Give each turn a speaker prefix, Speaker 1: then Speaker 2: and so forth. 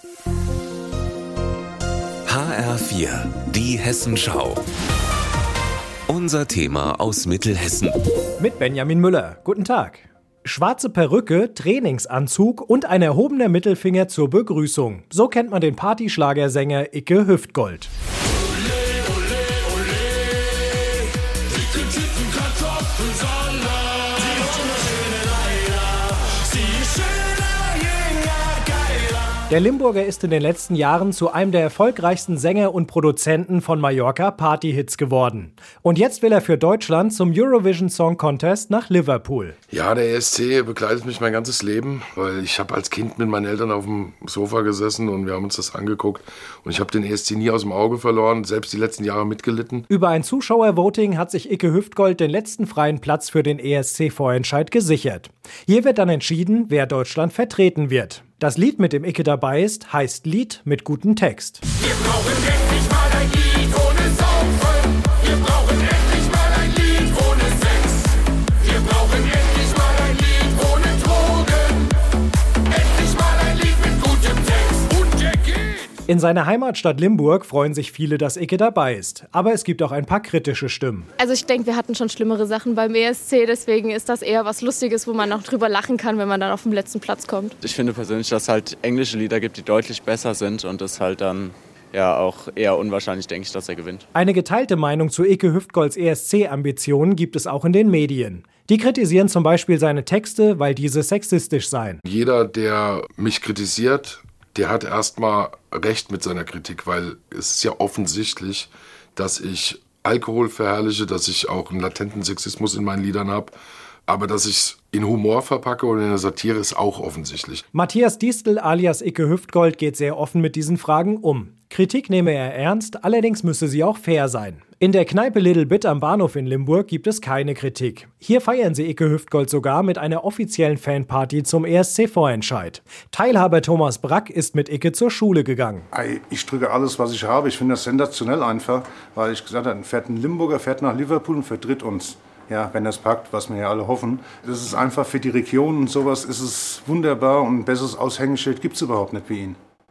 Speaker 1: HR4, die Hessenschau. Unser Thema aus Mittelhessen.
Speaker 2: Mit Benjamin Müller. Guten Tag. Schwarze Perücke, Trainingsanzug und ein erhobener Mittelfinger zur Begrüßung. So kennt man den Partyschlagersänger Icke Hüftgold. Der Limburger ist in den letzten Jahren zu einem der erfolgreichsten Sänger und Produzenten von Mallorca Partyhits geworden. Und jetzt will er für Deutschland zum Eurovision Song Contest nach Liverpool.
Speaker 3: Ja, der ESC begleitet mich mein ganzes Leben, weil ich habe als Kind mit meinen Eltern auf dem Sofa gesessen und wir haben uns das angeguckt. Und ich habe den ESC nie aus dem Auge verloren, selbst die letzten Jahre mitgelitten.
Speaker 2: Über ein Zuschauervoting hat sich Icke Hüftgold den letzten freien Platz für den ESC-Vorentscheid gesichert. Hier wird dann entschieden, wer Deutschland vertreten wird. Das Lied, mit dem Icke dabei ist, heißt Lied mit gutem Text.
Speaker 4: Wir brauchen endlich mal ein Lied ohne Saufen. Wir brauchen endlich mal ein Lied ohne Sex. Wir brauchen endlich mal ein Lied ohne Drogen. Endlich mal ein Lied mit gutem Text. Und der geht.
Speaker 2: In seiner Heimatstadt Limburg freuen sich viele, dass Icke dabei ist. Aber es gibt auch ein paar kritische Stimmen.
Speaker 5: Also ich denke, wir hatten schon schlimmere Sachen beim ESC. Deswegen ist das eher was Lustiges, wo man noch drüber lachen kann, wenn man dann auf den letzten Platz kommt.
Speaker 6: Ich finde persönlich, dass es halt englische Lieder gibt, die deutlich besser sind und das halt dann ja auch eher unwahrscheinlich, denke ich, dass er gewinnt.
Speaker 2: Eine geteilte Meinung zu Icke Hüftgolds ESC-Ambitionen gibt es auch in den Medien. Die kritisieren zum Beispiel seine Texte, weil diese sexistisch seien.
Speaker 3: Jeder, der mich kritisiert, der hat erstmal recht mit seiner Kritik, weil es ist ja offensichtlich, dass ich Alkohol verherrliche, dass ich auch einen latenten Sexismus in meinen Liedern habe. Aber dass ich es in Humor verpacke oder in der Satire, ist auch offensichtlich.
Speaker 2: Matthias Distel alias Icke Hüftgold geht sehr offen mit diesen Fragen um. Kritik nehme er ernst, allerdings müsse sie auch fair sein. In der Kneipe Little Bit am Bahnhof in Limburg gibt es keine Kritik. Hier feiern sie Icke Hüftgold sogar mit einer offiziellen Fanparty zum ESC-Vorentscheid. Teilhaber Thomas Brack ist mit Icke zur Schule gegangen.
Speaker 7: Ich drücke alles, was ich habe. Ich finde das sensationell einfach, weil ich gesagt habe, ein Limburger fährt nach Liverpool und vertritt uns. Ja, wenn das packt, was wir ja alle hoffen. Das ist einfach für die Region und sowas ist es wunderbar und ein besseres Aushängeschild gibt es überhaupt nicht wie ihn.